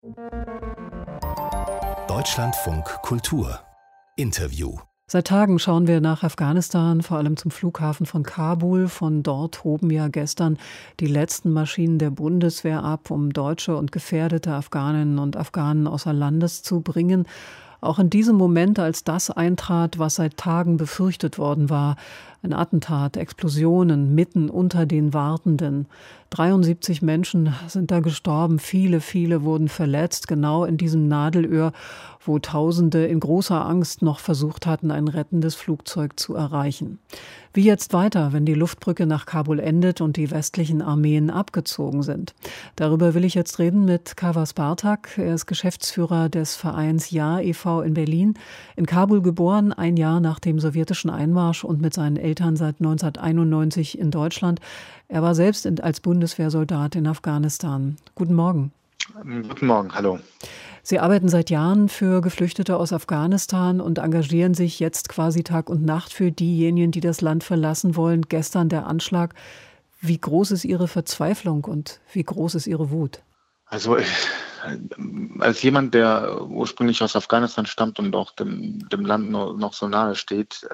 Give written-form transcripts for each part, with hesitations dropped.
Deutschlandfunk Kultur Interview. Seit Tagen schauen wir nach Afghanistan, vor allem zum Flughafen von Kabul. Von dort hoben ja gestern die letzten Maschinen der Bundeswehr ab, um deutsche und gefährdete Afghaninnen und Afghanen außer Landes zu bringen. Auch in diesem Moment, als das eintrat, was seit Tagen befürchtet worden war, ein Attentat, Explosionen mitten unter den Wartenden. 73 Menschen sind da gestorben, viele wurden verletzt, genau in diesem Nadelöhr, wo Tausende in großer Angst noch versucht hatten, ein rettendes Flugzeug zu erreichen. Wie jetzt weiter, wenn die Luftbrücke nach Kabul endet und die westlichen Armeen abgezogen sind? Darüber will ich jetzt reden mit Kaveh Spartak. Er ist Geschäftsführer des Vereins Ja e.V. in Berlin, in Kabul geboren, ein Jahr nach dem sowjetischen Einmarsch und mit seinen Eltern seit 1991 in Deutschland. Er war selbst als Bundeswehrsoldat in Afghanistan. Guten Morgen. Guten Morgen, hallo. Sie arbeiten seit Jahren für Geflüchtete aus Afghanistan und engagieren sich jetzt quasi Tag und Nacht für diejenigen, die das Land verlassen wollen. Gestern der Anschlag. Wie groß ist Ihre Verzweiflung und wie groß ist Ihre Wut? Also als jemand, der ursprünglich aus Afghanistan stammt und auch dem Land noch so nahe steht,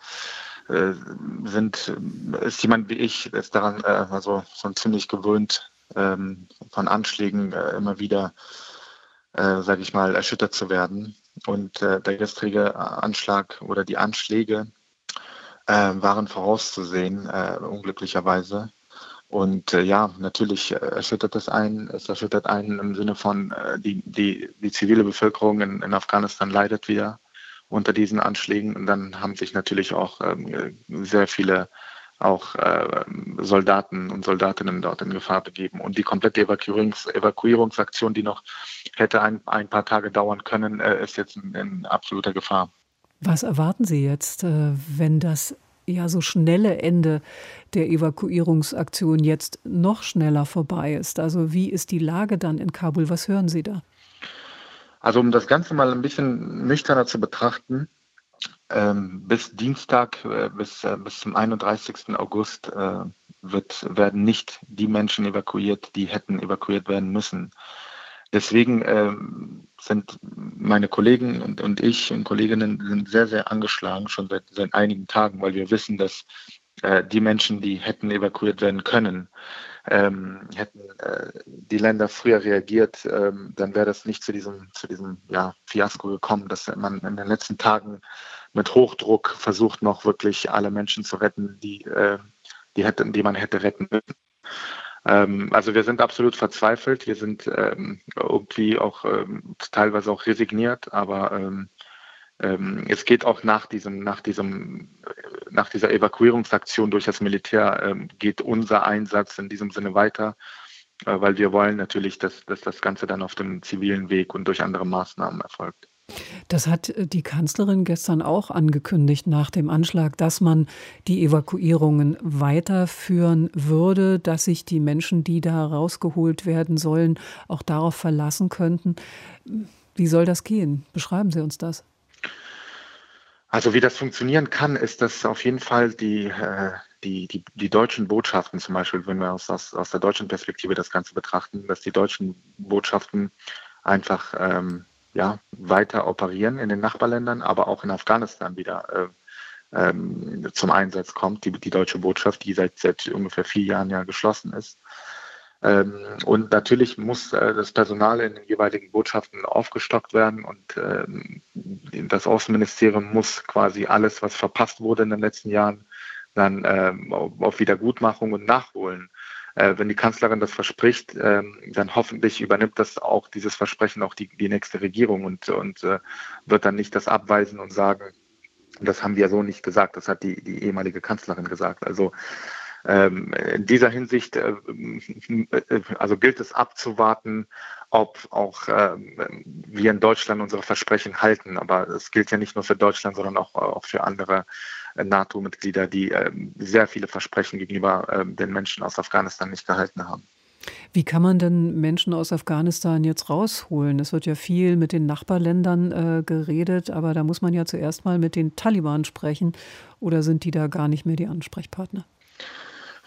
ist jemand wie ich ist daran schon ziemlich gewöhnt, von Anschlägen immer wieder sage ich mal, erschüttert zu werden. Und der gestrige Anschlag oder die Anschläge waren vorauszusehen, unglücklicherweise. Und natürlich erschüttert es einen. Es erschüttert einen im Sinne von, die zivile Bevölkerung in Afghanistan leidet wieder unter diesen Anschlägen. Und dann haben sich natürlich auch sehr viele Soldaten und Soldatinnen dort in Gefahr begeben. Und die komplette Evakuierungsaktion, die noch hätte ein paar Tage dauern können, ist jetzt in absoluter Gefahr. Was erwarten Sie jetzt, wenn das so schnelle Ende der Evakuierungsaktion jetzt noch schneller vorbei ist? Also wie ist die Lage dann in Kabul? Was hören Sie da? Also um das Ganze mal ein bisschen nüchterner zu betrachten, bis Dienstag, bis zum 31. August werden nicht die Menschen evakuiert, die hätten evakuiert werden müssen. Deswegen sind meine Kollegen und ich und Kolleginnen sind sehr, sehr angeschlagen, schon seit einigen Tagen, weil wir wissen, dass die Menschen, die hätten evakuiert werden können, hätten die Länder früher reagiert, dann wäre das nicht zu diesem Fiasko gekommen, dass man in den letzten Tagen mit Hochdruck versucht, noch wirklich alle Menschen zu retten, die man hätte retten müssen. Also wir sind absolut verzweifelt, wir sind irgendwie auch teilweise auch resigniert, aber es geht auch nach dieser Evakuierungsaktion durch das Militär geht unser Einsatz in diesem Sinne weiter, weil wir wollen natürlich, dass das Ganze dann auf dem zivilen Weg und durch andere Maßnahmen erfolgt. Das hat die Kanzlerin gestern auch angekündigt nach dem Anschlag, dass man die Evakuierungen weiterführen würde, dass sich die Menschen, die da rausgeholt werden sollen, auch darauf verlassen könnten. Wie soll das gehen? Beschreiben Sie uns das. Also wie das funktionieren kann, ist, dass auf jeden Fall die deutschen Botschaften zum Beispiel, wenn wir aus der deutschen Perspektive das Ganze betrachten, dass die deutschen Botschaften einfach weiter operieren in den Nachbarländern, aber auch in Afghanistan wieder zum Einsatz kommt, die deutsche Botschaft, die seit ungefähr 4 Jahren ja geschlossen ist. Und natürlich muss das Personal in den jeweiligen Botschaften aufgestockt werden und das Außenministerium muss quasi alles, was verpasst wurde in den letzten Jahren, dann auf Wiedergutmachung und Nachholen. Wenn die Kanzlerin das verspricht, dann hoffentlich übernimmt das auch dieses Versprechen auch die nächste Regierung und wird dann nicht das abweisen und sagen, das haben wir so nicht gesagt, das hat die ehemalige Kanzlerin gesagt. Also in dieser Hinsicht also gilt es abzuwarten, ob auch wir in Deutschland unsere Versprechen halten. Aber es gilt ja nicht nur für Deutschland, sondern auch für andere NATO-Mitglieder, die sehr viele Versprechen gegenüber den Menschen aus Afghanistan nicht gehalten haben. Wie kann man denn Menschen aus Afghanistan jetzt rausholen? Es wird ja viel mit den Nachbarländern geredet, aber da muss man ja zuerst mal mit den Taliban sprechen. Oder sind die da gar nicht mehr die Ansprechpartner?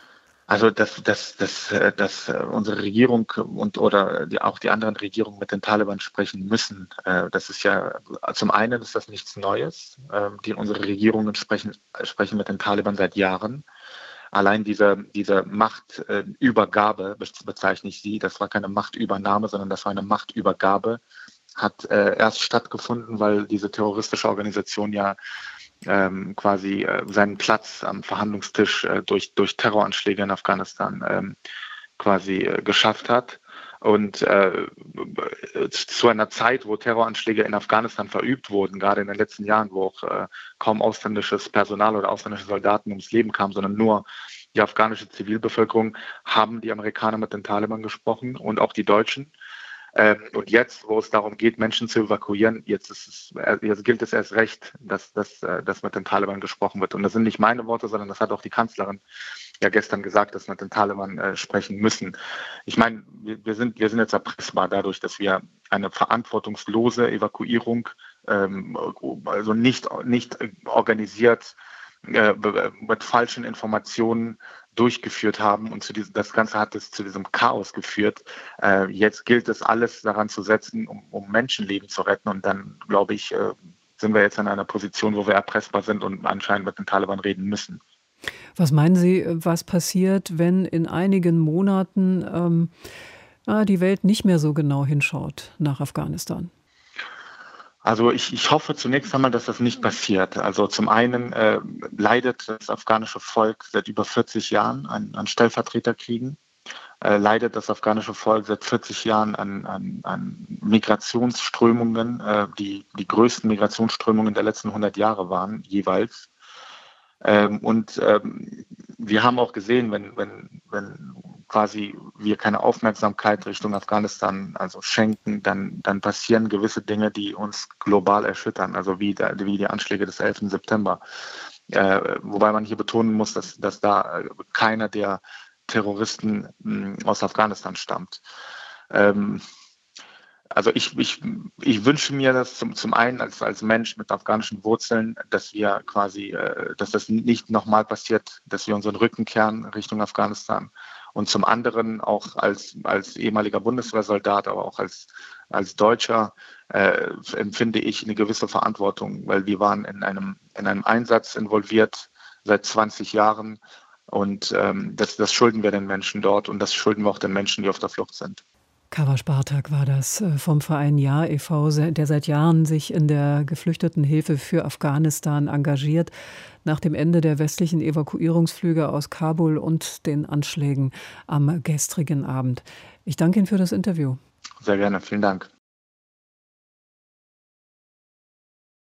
Also, dass unsere Regierung oder auch die anderen Regierungen mit den Taliban sprechen müssen, das ist ja, zum einen ist das nichts Neues. Unsere Regierungen sprechen mit den Taliban seit Jahren. Allein diese Machtübergabe, bezeichne ich sie, das war keine Machtübernahme, sondern das war eine Machtübergabe, hat erst stattgefunden, weil diese terroristische Organisation ja quasi seinen Platz am Verhandlungstisch durch Terroranschläge in Afghanistan quasi geschafft hat. Und zu einer Zeit, wo Terroranschläge in Afghanistan verübt wurden, gerade in den letzten Jahren, wo auch kaum ausländisches Personal oder ausländische Soldaten ums Leben kamen, sondern nur die afghanische Zivilbevölkerung, haben die Amerikaner mit den Taliban gesprochen und auch die Deutschen. Und jetzt, wo es darum geht, Menschen zu evakuieren, jetzt gilt es erst recht, dass mit den Taliban gesprochen wird. Und das sind nicht meine Worte, sondern das hat auch die Kanzlerin ja gestern gesagt, dass wir mit den Taliban sprechen müssen. Ich meine, wir sind jetzt erpressbar dadurch, dass wir eine verantwortungslose Evakuierung, also nicht organisiert, mit falschen Informationen durchgeführt haben und das Ganze hat es zu diesem Chaos geführt. Jetzt gilt es, alles daran zu setzen, um Menschenleben zu retten, und dann, glaube ich, sind wir jetzt in einer Position, wo wir erpressbar sind und anscheinend mit den Taliban reden müssen. Was meinen Sie, was passiert, wenn in einigen Monaten die Welt nicht mehr so genau hinschaut nach Afghanistan? Also ich hoffe zunächst einmal, dass das nicht passiert. Also zum einen leidet das afghanische Volk seit über 40 Jahren an Stellvertreterkriegen, leidet das afghanische Volk seit 40 Jahren an Migrationsströmungen, die größten Migrationsströmungen der letzten 100 Jahre waren, jeweils. Wir haben auch gesehen, wenn quasi wir keine Aufmerksamkeit Richtung Afghanistan also schenken, dann passieren gewisse Dinge, die uns global erschüttern, also wie die Anschläge des 11. September. Wobei man hier betonen muss, dass da keiner der Terroristen aus Afghanistan stammt. Also ich wünsche mir das zum einen als Mensch mit afghanischen Wurzeln, dass wir quasi, dass das nicht nochmal passiert, dass wir unseren Rücken kehren Richtung Afghanistan. Und zum anderen auch als ehemaliger Bundeswehrsoldat, aber auch als Deutscher empfinde ich eine gewisse Verantwortung, weil wir waren in einem Einsatz involviert seit 20 Jahren, und das schulden wir den Menschen dort, und das schulden wir auch den Menschen, die auf der Flucht sind. Kawa Spartak war das vom Verein Ja e.V., der seit Jahren sich in der Geflüchtetenhilfe für Afghanistan engagiert, nach dem Ende der westlichen Evakuierungsflüge aus Kabul und den Anschlägen am gestrigen Abend. Ich danke Ihnen für das Interview. Sehr gerne, vielen Dank.